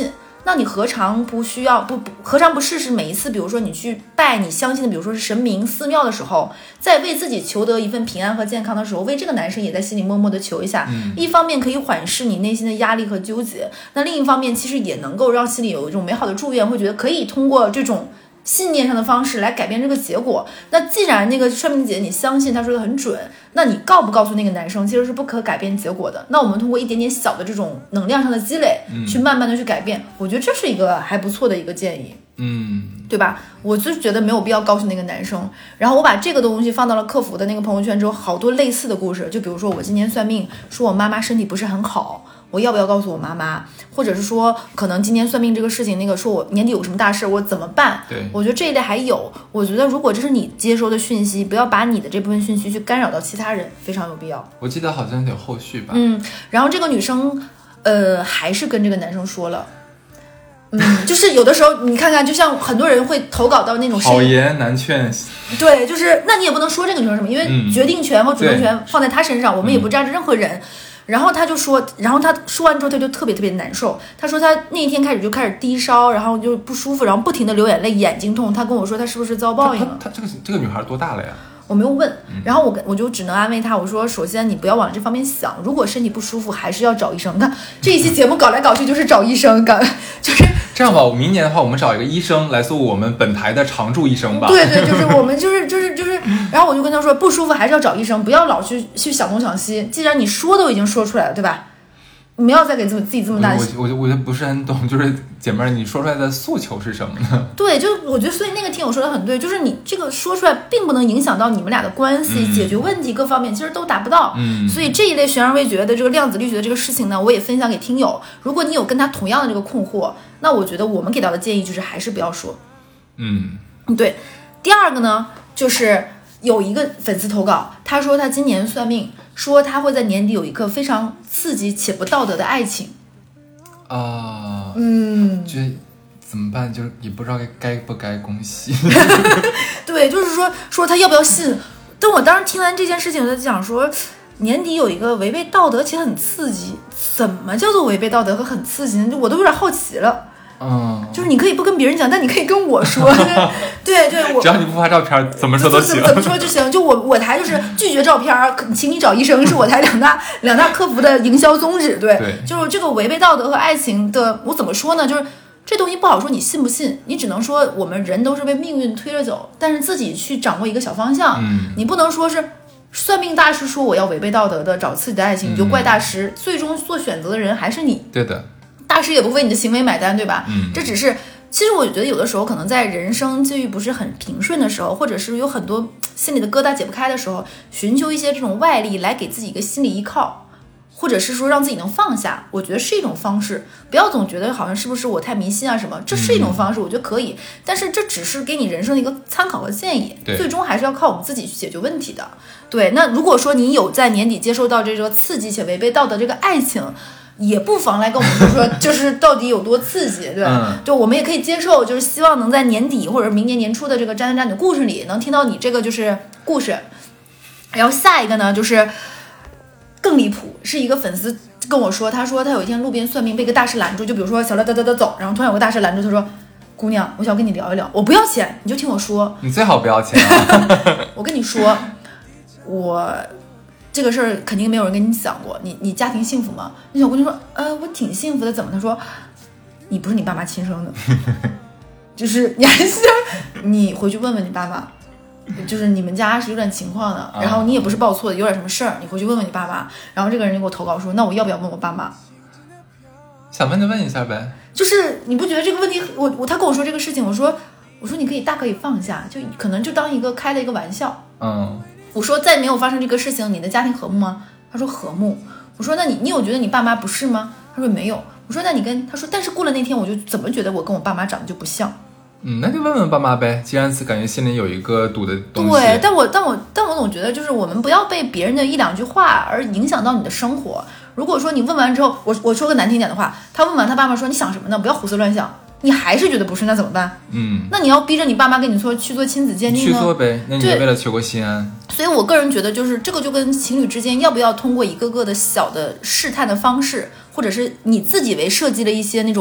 那你何尝不需要不不何尝不试试每一次，比如说你去拜你相信的，比如说是神明寺庙的时候，在为自己求得一份平安和健康的时候，为这个男生也在心里默默的求一下、嗯、一方面可以缓释你内心的压力和纠结，那另一方面其实也能够让心里有一种美好的祝愿，会觉得可以通过这种信念上的方式来改变这个结果。那既然那个算命姐你相信她说的很准，那你告不告诉那个男生其实是不可改变结果的。那我们通过一点点小的这种能量上的积累、嗯、去慢慢的去改变，我觉得这是一个还不错的一个建议， 嗯， 对吧？我就觉得没有必要告诉那个男生。然后我把这个东西放到了客服的那个朋友圈之后，好多类似的故事，就比如说我今年算命说我妈妈身体不是很好，我要不要告诉我妈妈？或者是说可能今年算命这个事情，那个说我年底有什么大事我怎么办？ 对， 我觉得这一类还有，我觉得如果这是你接收的讯息，不要把你的这部分讯息去干扰到其他人，非常有必要。 我记得好像得有后续吧。 嗯，然后这个女生呃还是跟这个男生说了，嗯，就是有的时候你看看，就像很多人会投稿到那种好言难劝， 对，就是那你也不能说这个女生什么，因为决定权和主动权放在她身上、嗯、我们也不站着任何人。然后他就说，然后他说完之后他就特别特别难受，他说他那一天开始就开始低烧，然后就不舒服，然后不停的流眼泪，眼睛痛。他跟我说他是不是遭报应了？ 他, 他, 他这个这个女孩多大了呀？ 我没有问，然后我跟我就只能安慰他，我说首先你不要往这方面想，如果身体不舒服还是要找医生。你看这一期节目搞来搞去就是找医生，搞就是这样吧，我明年的话我们找一个医生来做我们本台的常驻医生吧。 对对，就是我们就是就是就是，然后我就跟他说不舒服还是要找医生，不要老去去想东想西，既然你说都已经说出来了，对吧？你要再给自己这么大的， 我我我就不是很懂，就是姐妹你说出来的诉求是什么呢？ 对，就我觉得，所以那个听友说的很对，就是你这个说出来，并不能影响到你们俩的关系、嗯、解决问题各方面，其实都达不到。嗯，所以这一类悬而未决的这个量子力学的这个事情呢，我也分享给听友。如果你有跟他同样的这个困惑，那我觉得我们给到的建议就是还是不要说。 嗯， 对。第二个呢，就是有一个粉丝投稿，他说他今年算命。说他会在年底有一个非常刺激且不道德的爱情啊， 嗯， 这怎么办？就是也不知道该该不该恭喜。 对，就是说说他要不要信？但我当时听完这件事情，我在讲说，年底有一个违背道德且很刺激，怎么叫做违背道德和很刺激呢？就我都有点好奇了。 嗯， 就是你可以不跟别人讲，但你可以跟我说。对对，我只要你不发照片，怎么说都行。 怎么说就行。就我我台就是拒绝照片，请你找医生，是我台两大两大客服的营销宗旨。对， 对， 就是这个违背道德和爱情的，我怎么说呢？就是这东西不好说，你信不信？你只能说我们人都是被命运推着走，但是自己去掌握一个小方向。 嗯， 你不能说是算命大师说我要违背道德的找刺激的爱情，你就怪大师，嗯、最终做选择的人还是你。 对的。 大师也不为你的行为买单，对吧？ 嗯， 这只是，其实我觉得有的时候可能在人生际遇不是很平顺的时候，或者是有很多心里的疙瘩解不开的时候，寻求一些这种外力来给自己一个心理依靠，或者是说让自己能放下，我觉得是一种方式。不要总觉得好像是不是我太迷信啊什么，这是一种方式，我觉得可以，但是这只是给你人生的一个参考和建议，最终还是要靠我们自己去解决问题的。对，那如果说你有在年底接受到这个刺激且违背道德这个爱情，也不妨来跟我们说，就是到底有多刺激，对， 嗯、 就我们也可以接受，就是希望能在年底或者明年年初的这个渣男渣女的故事里，能听到你这个就是故事。然后下一个呢，就是更离谱，是一个粉丝跟我说，他说他有一天路边算命被一个大师拦住，就比如说小乐嘚嘚嘚走，然后突然有个大师拦住，他说：“姑娘，我想跟你聊一聊，我不要钱，你就听我说。” 你最好不要钱啊！ 我跟你说，我。这个事儿肯定没有人跟你讲过，你你家庭幸福吗？那小姑娘说，呃，我挺幸福的，怎么？她说，你不是你爸妈亲生的，就是你还是你回去问问你爸妈，就是你们家是有点情况的，然后你也不是报错的，有点什么事儿，你回去问问你爸妈。然后这个人就给我投稿说，那我要不要问我爸妈？ 想问就问一下呗。 就是你不觉得这个问题，我我他跟我说这个事情，我说我说你可以大可以放下，就可能就当一个开了一个玩笑， 嗯。 我说在没有发生这个事情，你的家庭和睦吗？他说和睦。我说那你你有觉得你爸妈不是吗？他说没有。我说那你跟他说，但是过了那天我就怎么觉得我跟我爸妈长得就不像。 嗯，那就问问爸妈呗。既然是感觉心里有一个堵的东西。 对，但我但我但我总觉得就是我们不要被别人的一两句话而影响到你的生活。如果说你问完之后，我我说个难听点的话，他问完他爸妈说你想什么呢？不要胡思乱想。你还是觉得不是，那怎么办？ 嗯， 那你要逼着你爸妈跟你说去做亲子鉴定呢？ 去做呗，那你为了求个心安。 所以我个人觉得，就是这个就跟情侣之间要不要通过一个个的小的试探的方式，或者是你自己为设计了一些那种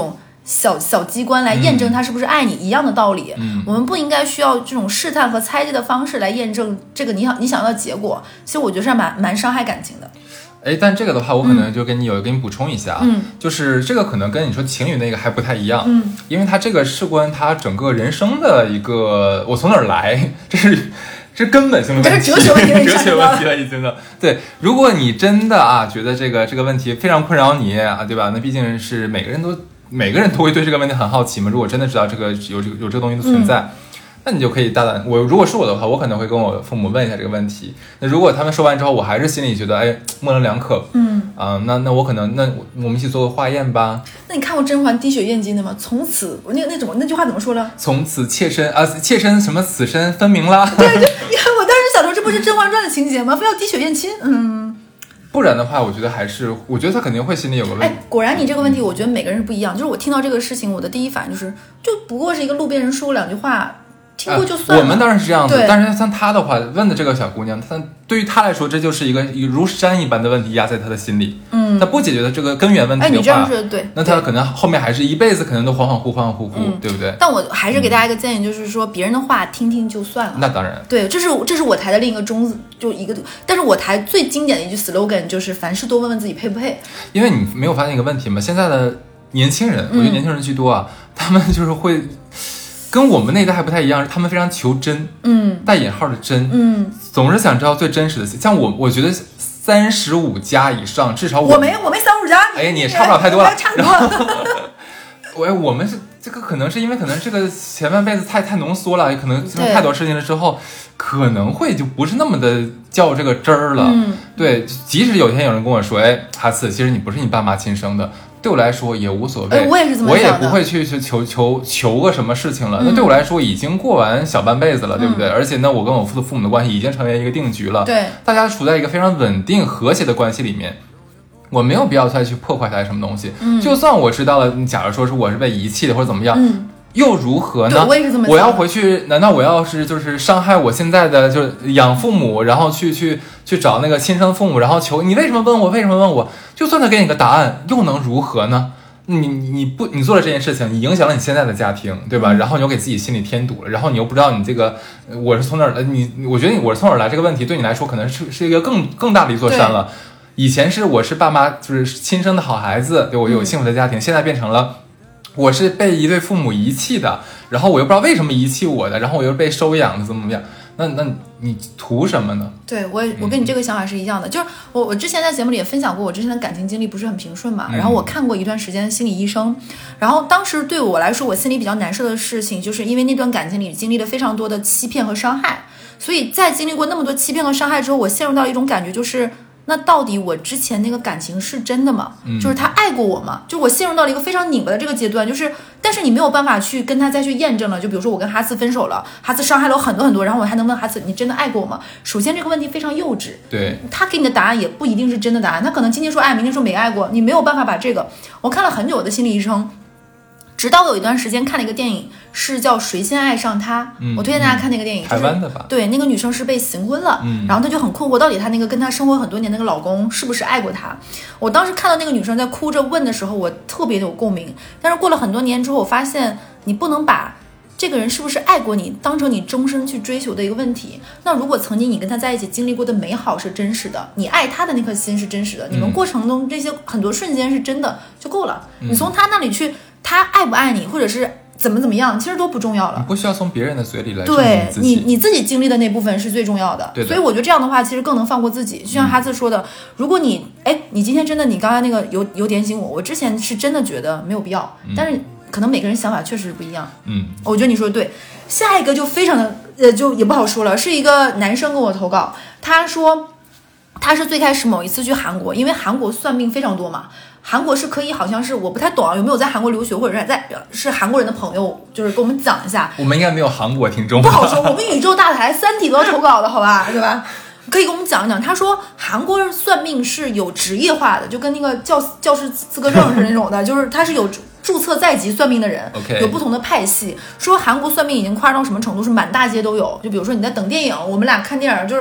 小小机关来验证他是不是爱你、嗯、一样的道理、嗯、我们不应该需要这种试探和猜忌的方式来验证这个你想你想要的结果，其实我觉得是蛮蛮伤害感情的。 哎，但这个的话我可能就跟你有给你补充一下，嗯，就是这个可能跟你说情侣那个还不太一样，嗯，因为他这个事关他整个人生的一个我从哪儿来，这是这是根本性的问题， 这是哲学问题， 哲学问题了已经的。对，如果你真的啊觉得这个这个问题非常困扰你啊，对吧？那毕竟是每个人都每个人都会对这个问题很好奇嘛。如果真的知道这个有这个有这个东西的存在。嗯，那你就可以大胆，我如果是我的话，我可能会跟我父母问一下这个问题。那如果他们说完之后，我还是心里觉得哎模棱两可，嗯啊、呃，那那我可能那我们一起做个化验吧。 那你看过甄嬛滴血验金的吗？从此那那种那句话怎么说呢？ 从此妾身啊，妾身什么此身分明了。 对，就我当时想说，这不是《甄嬛传》的情节吗？非要滴血验亲，嗯。 不然的话，我觉得还是，我觉得他肯定会心里有个问题。 哎，果然你这个问题，我觉得每个人是不一样。就是我听到这个事情，我的第一反应就是，就不过是一个路边人说两句话。听过就算了、 呃、我们当然是这样子，但是像他的话问的这个小姑娘，她对于她来说这就是一个如山一般的问题压在她的心里，嗯，她不解决的这个根源问题的话，哎， 你这样说对， 那她可能后面还是一辈子可能都恍恍惚恍惚惚、嗯，对不对？ 但我还是给大家一个建议，就是说别人的话听听就算了。 那当然， 对，这是这是我台的另一个宗旨，就一个，但是我台最经典的一句 slogan 就是凡事多问问自己配不配。 因为你没有发现一个问题吗？现在的年轻人，我觉得年轻人居多啊，嗯、他们就是会。跟我们那一代还不太一样，他们非常求真，嗯，带引号的真，嗯，总是想知道最真实的。像我，我觉得三十五加以上，至少我我没我没三十五加， 哎，你也差不了太多了， 差不多。 我我们是这个，可能是因为可能这个前半辈子太太浓缩了，也可能经历太多事情了之后，可能会就不是那么的较这个真儿了。嗯，对，即使有一天有人跟我说，哎，哈次，其实你不是你爸妈亲生的。对我来说也无所谓、 哎、我也是这么想的，我也不会去去求求求个什么事情了、嗯、那对我来说已经过完小半辈子了、嗯、对不对？而且呢我跟我父父母的关系已经成为一个定局了， 对， 大家处在一个非常稳定和谐的关系里面，我没有必要再去破坏它什么东西、嗯、就算我知道了，假如说是我是被遗弃的或者怎么样、嗯，又如何呢？ 我也是这么想的。 我要回去，难道我要是就是伤害我现在的就是养父母，然后去去去找那个亲生父母，然后求你为什么问我？为什么问我？就算他给你个答案，又能如何呢？你你不你做了这件事情，你影响了你现在的家庭，对吧？嗯、然后你又给自己心里添堵了，然后你又不知道你这个我是从哪儿来，你我觉得我是从哪儿来这个问题对你来说可能是是一个更更大的一座山了。以前是我是爸妈就是亲生的好孩子，对我有幸福的家庭、嗯，现在变成了。我是被一对父母遗弃的，然后我又不知道为什么遗弃我的，然后我又被收养的，怎么怎么样？那那你图什么呢？ 对我，我跟你这个想法是一样的。嗯、就是我我之前在节目里也分享过，我之前的感情经历不是很平顺嘛。嗯、然后我看过一段时间心理医生，然后当时对我来说，我心里比较难受的事情，就是因为那段感情里经历了非常多的欺骗和伤害，所以在经历过那么多欺骗和伤害之后，我陷入到一种感觉，就是。那到底我之前那个感情是真的吗？嗯、就是他爱过我吗？就我陷入到了一个非常拧巴的这个阶段，就是但是你没有办法去跟他再去验证了。就比如说我跟哈斯分手了，哈斯伤害了我很多很多，然后我还能问哈斯你真的爱过我吗？首先这个问题非常幼稚， 对， 他给你的答案也不一定是真的答案，他可能今天说爱，明天说没爱过，你没有办法把这个。我看了很久的心理医生。直到我有一段时间看了一个电影，是叫《谁先爱上他》，嗯，我推荐大家看那个电影， 台湾的吧？ 对，那个女生是被行婚了，嗯，然后她就很困惑，到底她那个跟她生活很多年那个老公是不是爱过她？我当时看到那个女生在哭着问的时候，我特别有共鸣。但是过了很多年之后，我发现你不能把这个人是不是爱过你当成你终身去追求的一个问题。那如果曾经你跟他在一起经历过的美好是真实的，你爱他的那颗心是真实的，你们过程中这些很多瞬间是真的就够了，嗯，你从他那里去他爱不爱你或者是怎么怎么样其实都不重要了， 你不需要从别人的嘴里来证明你自己， 对，你你自己经历的那部分是最重要的。 对的， 所以我觉得这样的话其实更能放过自己。就像哈斯说的，嗯，如果你哎你今天真的你刚才那个有有点醒我，我之前是真的觉得没有必要，嗯，但是可能每个人想法确实不一样。嗯，我觉得你说的对。下一个就非常的呃就也不好说了，是一个男生跟我投稿，他说他是最开始某一次去韩国，因为韩国算命非常多嘛，韩国是可以好像是我不太懂啊，有没有在韩国留学或者是在是韩国人的朋友就是跟我们讲一下。 我们应该没有韩国听众， 不好说，我们宇宙大台三体都要投稿的好吧，对吧？可以给我们讲一讲。他说韩国算命是有职业化的，就跟那个教教师资格证是那种的，就是他是有注册在籍算命的人， okay. 有不同的派系。说韩国算命已经夸张到什么程度，是满大街都有。就比如说你在等电影，我们俩看电影就是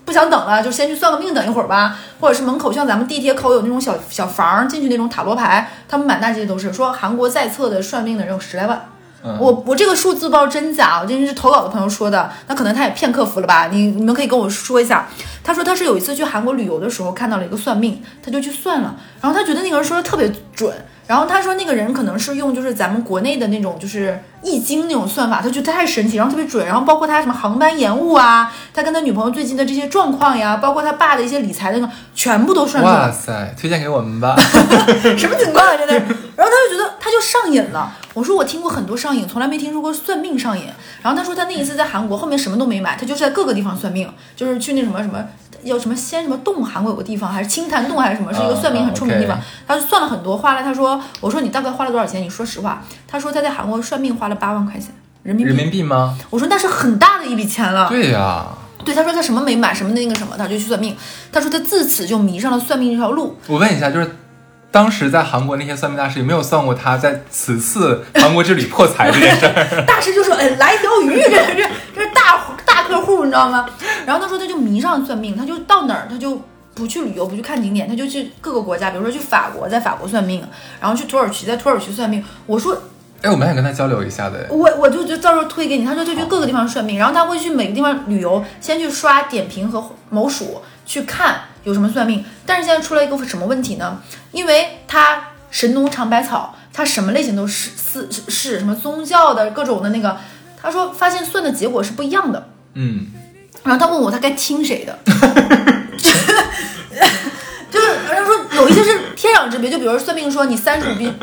不想等了，就先去算个命等一会儿吧，或者是门口像咱们地铁口有那种小小房进去那种塔罗牌，他们满大街都是说韩国在册的算命的人有十来万。 嗯、 我我这个数字不知道真假，我这是投稿的朋友说的，那可能他也骗客服了吧？你你们可以跟我说一下。他说他是有一次去韩国旅游的时候看到了一个算命，他就去算了，然后他觉得那个人说的特别准，然后他说那个人可能是用就是咱们国内的那种就是易经那种算法，他觉得太神奇，然后特别准，然后包括他什么航班延误啊，他跟他女朋友最近的这些状况呀，包括他爸的一些理财的那个，全部都算准。 哇塞，推荐给我们吧。 什么情况啊，真的？然后他就觉得他就上瘾了。我说我听过很多上瘾，从来没听说过算命上瘾。然后他说他那一次在韩国后面什么都没买，他就是在各个地方算命，就是去那什么什么要什么仙什么洞，韩国有个地方还是清潭洞还是什么，是一个算命很出名的地方。Uh, uh, okay. 他就算了很多，花了他说我说你大概花了多少钱？你说实话。他说他在韩国算命花了八万块钱人民币。 人民币吗？ 我说那是很大的一笔钱了。 对呀、啊。 对，他说他什么没买，什么那个什么，他就去算命。他说他自此就迷上了算命这条路。 我问一下，就是当时在韩国那些算命大师有没有算过他在此次韩国之旅破财这件事儿？ 大师就说：“哎，来条鱼，这这这是大大客户，你知道吗？”然后他说他就迷上算命，他就到哪儿他就不去旅游，不去看景点，他就去各个国家，比如说去法国，在法国算命，然后去土耳其，在土耳其算命。我说。 哎，我蛮想跟他交流一下的。 我我就就到时候推给你。他说就去各个地方算命，然后他会去每个地方旅游，先去刷点评和某鼠去看有什么算命。但是现在出了一个什么问题呢？因为他神农尝百草，他什么类型都是是是什么宗教的各种的那个，他说发现算的结果是不一样的。 嗯， 然后他问我他该听谁的。就是他说有一些是天壤之别，就比如说算命说你三十五币。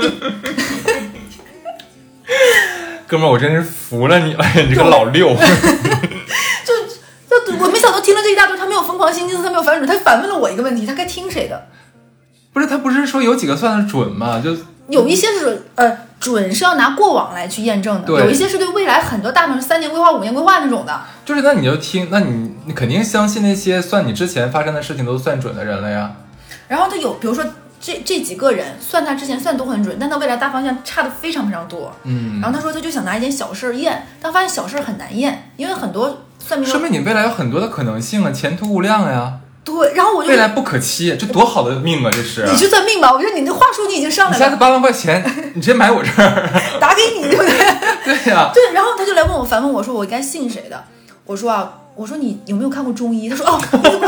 哥们儿，我真是服了你了，你这个老六。 就就我没想到听了这一大堆，他没有疯狂星期四，他没有反准，他反问了我一个问题，他该听谁的？ 不是他不是说有几个算的准吗？就有一些是呃准是要拿过往来去验证的，有一些是对未来很多大门三年规划、五年规划那种的。 就是那你就听，那你你肯定相信那些算你之前发生的事情都算准的人了呀。 然后他有，比如说。这这几个人算他之前算都很准，但他未来大方向差的非常非常多。 嗯， 然后他说他就想拿一件小事验，但发现小事很难验，因为很多算命说明你未来有很多的可能性啊，前途无量呀。 对，然后我就未来不可期，这多好的命啊！这是你去算命吧，我觉得你这话术你已经上来了。 你下次八万块钱，你直接买我这儿， 打给你，对不对？ 对呀、啊， 对。然后他就来问我，反问我说我该信谁的？我说啊，我说你有没有看过中医？他说哦。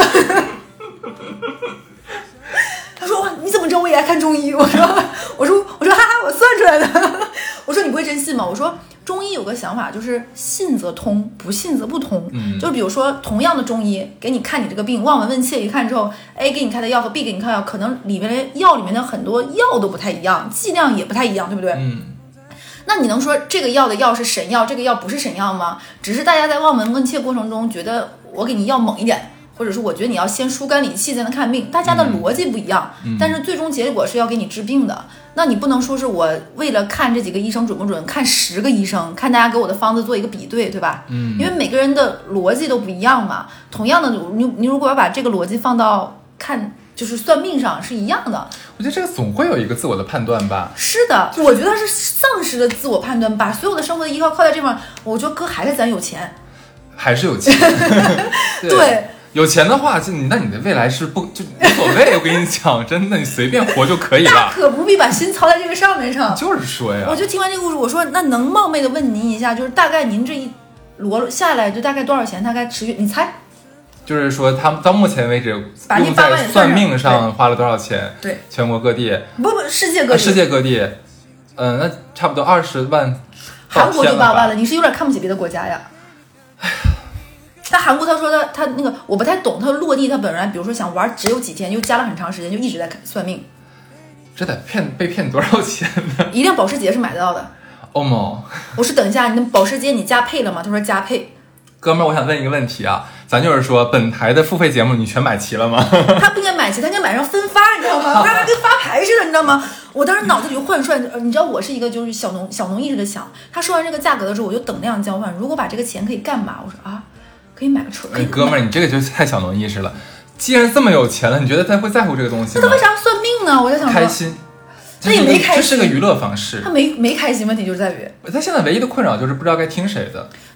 他说哇，你怎么知道我也爱看中医？我说我说我说哈哈，我算出来的。我说你不会真信吗？我说中医有个想法，就是信则通，不信则不通。 嗯， 就比如说同样的中医给你看你这个病，望闻问切一看之后 ，A 给你开的药和 B 给你开的药，可能里面的药里面的很多药都不太一样，剂量也不太一样，对不对？ 嗯。 那你能说这个药的药是神药，这个药不是神药吗？只是大家在望闻问切过程中觉得我给你药猛一点。或者是我觉得你要先疏肝理气才能看病，大家的逻辑不一样、嗯、但是最终结果是要给你治病的。那你不能说是我为了看这几个医生准不准，看十个医生，看大家给我的方子做一个比对，对吧？ 嗯， 因为每个人的逻辑都不一样嘛。同样的，你你如果要把这个逻辑放到看就是算命上是一样的， 我觉得这个总会有一个自我的判断吧。 是的，我觉得是丧失了自我判断，把所有的生活的依靠靠在这方，我觉得哥还是咱有钱， 还是有钱。对。 对有钱的话，就那你的未来是不就无所谓。我跟你讲，真的，你随便活就可以了。 大可不必把心操在这个上面上。 就是说呀， 我就听完这个故事，我说那能冒昧的问您一下，就是大概您这一摞下来就大概多少钱？大概持续你猜？ 就是说，他们到目前为止用在算命上花了多少钱？ 对， 全国各地， 不不，世界各地， 啊、世界各地，嗯、呃，那差不多二十万。 韩国就八万了，你是有点看不起别的国家呀？哎呀。他韩国他说他他那个我不太懂，他落地他本来比如说想玩只有几天，又加了很长时间，就一直在算命。 这得骗被骗多少钱呢？ 一辆保时捷是买得到的。 哦莫， 我说等一下，你的保时捷你加配了吗？他说加配。 哥们儿，我想问一个问题啊，咱就是说本台的付费节目你全买齐了吗？ 他不应该买齐，他应该买上分发，你知道吗？他还跟发牌似的，你知道吗？我当时脑子里就换算，你知道我是一个就是小农小农意识的想，他说完这个价格的时候，我就等量交换。如果把这个钱可以干嘛？我说啊。可以买个车。 哎，哥们儿，你这个就太小农意识了。既然这么有钱了，你觉得他会在乎这个东西吗？ 那他为啥算命呢？我就想说开心。 他也没开心， 这是个娱乐方式。 他没没开心，问题就是在于他现在唯一的困扰就是不知道该听谁的。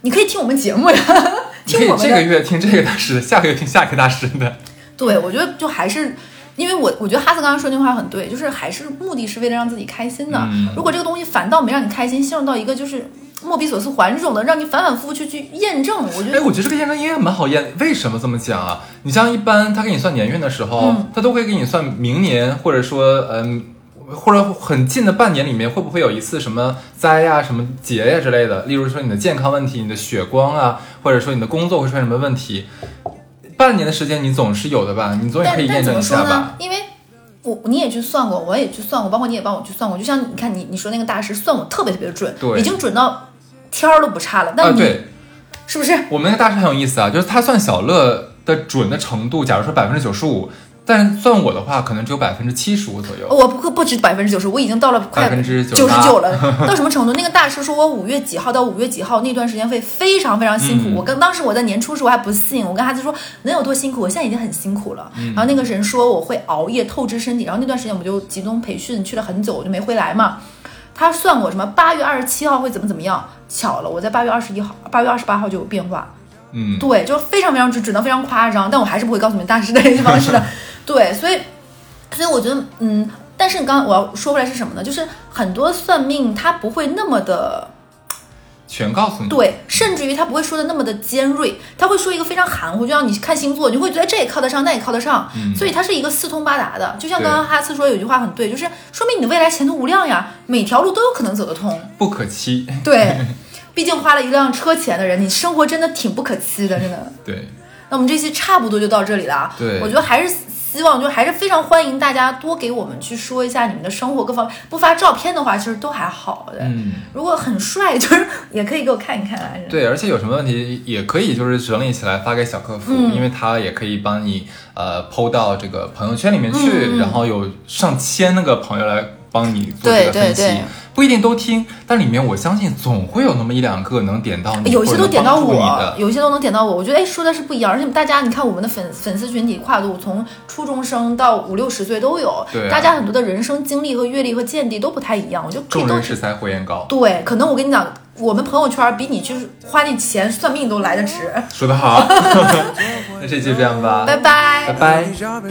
你可以听我们节目呀，听我们的。 可以这个月听这个大师的，下个月听下个大师的。 对，我觉得就还是。因为我我觉得哈斯刚刚说那句话很对，就是还是目的是为了让自己开心的。 嗯、 如果这个东西反倒没让你开心，陷入到一个就是莫比索斯环这种的，让你反反复复去去验证，我觉得。 哎，我觉得这个验证应该蛮好验。为什么这么讲啊？你像一般他给你算年运的时候，嗯、他都会给你算明年，或者说嗯，或者很近的半年里面会不会有一次什么灾呀、什么劫呀之类的。例如说你的健康问题、你的血光啊，或者说你的工作会出现什么问题。半年的时间你总是有的吧，你总也可以验证一下吧。 因为我你也去算过，我也去算过，包括你也帮我去算过。就像你看你你说那个大师算我特别特别准，已经准到天儿都不差了。但你、 啊、对， 是不是？ 我们那个大师很有意思啊，就是他算小乐的准的程度，假如说百分之九十五。但是算我的话，可能只有百分之七十五左右。 我不不止百分之九十，我已经到了快百分之九十九了。到什么程度？那个大师说我五月几号到五月几号那段时间会非常非常辛苦。嗯、我跟当时我在年初时我还不信，我跟孩子说能有多辛苦？我现在已经很辛苦了。嗯、然后那个人说我会熬夜透支身体，然后那段时间我就集中培训去了很久，我就没回来嘛。他算我什么八月二十七号会怎么怎么样？巧了，我在八月二十一号、八月二十八号就有变化。 嗯， 对，就非常非常准，准的非常夸张，但我还是不会告诉你们大师的联系方式的。对，所以，所以我觉得，嗯，但是刚刚我要说回来是什么呢？就是很多算命他不会那么的全告诉你， 对，甚至于他不会说的那么的尖锐，他会说一个非常含糊，就像你看星座，你会觉得这也靠得上，那也靠得上，嗯、所以它是一个四通八达的。就像刚刚哈斯说有句话很对，就是说明你的未来前途无量呀，每条路都有可能走得通， 不可期。 对。毕竟花了一辆车钱的人，你生活真的挺不可期的，真的。 对。 那我们这期差不多就到这里了。 对。 我觉得还是希望，就还是非常欢迎大家多给我们去说一下你们的生活各方面。不发照片的话，其实都还好的。 嗯。 如果很帅，就是也可以给我看一看啊。 对，而且有什么问题也可以就是整理起来发给小客服，嗯、因为他也可以帮你呃 po 到这个朋友圈里面去，嗯、然后有上千那个朋友来帮你做这个分析。 对对对， 不一定都听，但里面我相信总会有那么一两个能点到你， 有一些都点到我，有一些都能点到我。我觉得哎，说的是不一样，而且大家你看我们的粉粉丝群体跨度从初中生到五六十岁都有， 对、啊， 大家很多的人生经历和阅历和见地都不太一样，我就众人拾柴火焰高。 对，可能我跟你讲，我们朋友圈比你就是花那钱算命都来得值。 说得好，那这期就这样吧， 拜拜， 拜拜。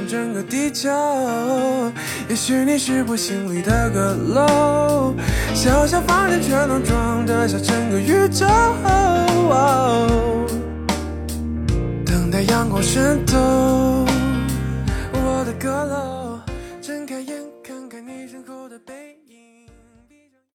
也许你是我心里的阁楼，小小房间却能装得下整个宇宙，等待阳光渗透我的阁楼。